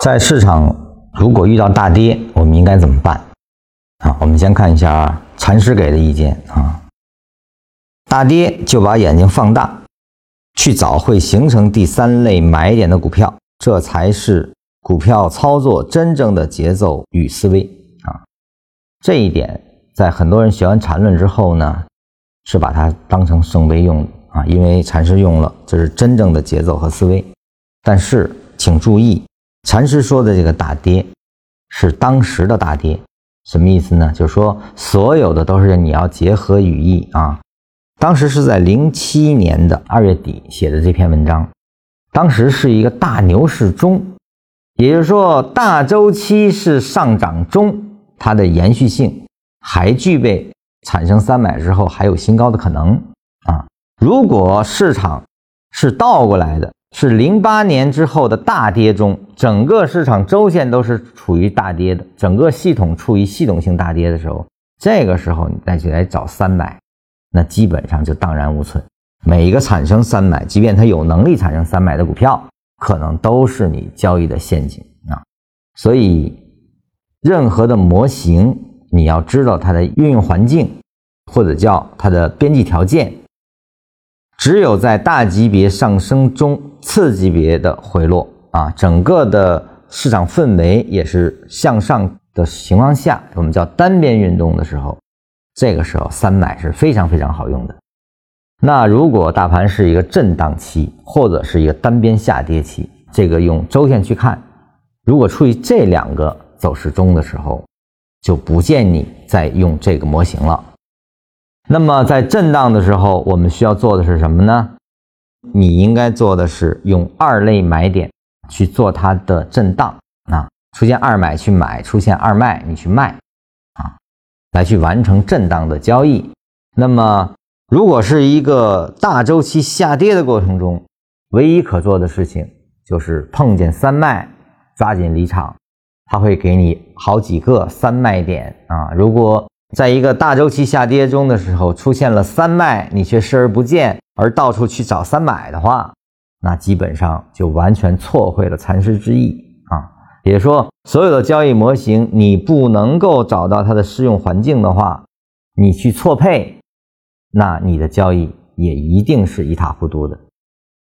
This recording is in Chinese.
在市场如果遇到大跌，我们应该怎么办啊？我们先看一下禅师给的意见啊。大跌就把眼睛放大，去找会形成第三类买点的股票，这才是股票操作真正的节奏与思维啊。这一点在很多人学完禅论之后呢，是把它当成圣杯用的啊，因为禅师用了，这是真正的节奏和思维。但是请注意，禅师说的这个大跌是当时的大跌，什么意思呢？就是说所有的都是你要结合语义啊。当时是在07年的2月底写的这篇文章，当时是一个大牛市中，也就是说大周期是上涨中，它的延续性还具备产生三买之后还有新高的可能啊。如果市场是倒过来的，是08年之后的大跌中，整个市场周线都是处于大跌的，整个系统处于系统性大跌的时候，这个时候你再去来找三买，那基本上就荡然无存。每一个产生三买，即便它有能力产生三买的股票，可能都是你交易的陷阱啊。所以任何的模型你要知道它的运用环境，或者叫它的边际条件。只有在大级别上升中次级别的回落啊，整个的市场氛围也是向上的情况下，我们叫单边运动的时候，这个时候三买是非常非常好用的。那如果大盘是一个震荡期，或者是一个单边下跌期，这个用周线去看，如果处于这两个走势中的时候，就不建议再用这个模型了。那么在震荡的时候，我们需要做的是什么呢？你应该做的是用二类买点去做它的震荡啊，出现二买去买，出现二卖你去卖啊，来去完成震荡的交易。那么如果是一个大周期下跌的过程中，唯一可做的事情就是碰见三卖抓紧离场，它会给你好几个三卖点啊。如果在一个大周期下跌中的时候出现了三卖，你却视而不见，而到处去找三买的话，那基本上就完全错会了禅师之意啊。也就是说，所有的交易模型你不能够找到它的适用环境的话，你去错配，那你的交易也一定是一塌糊涂的。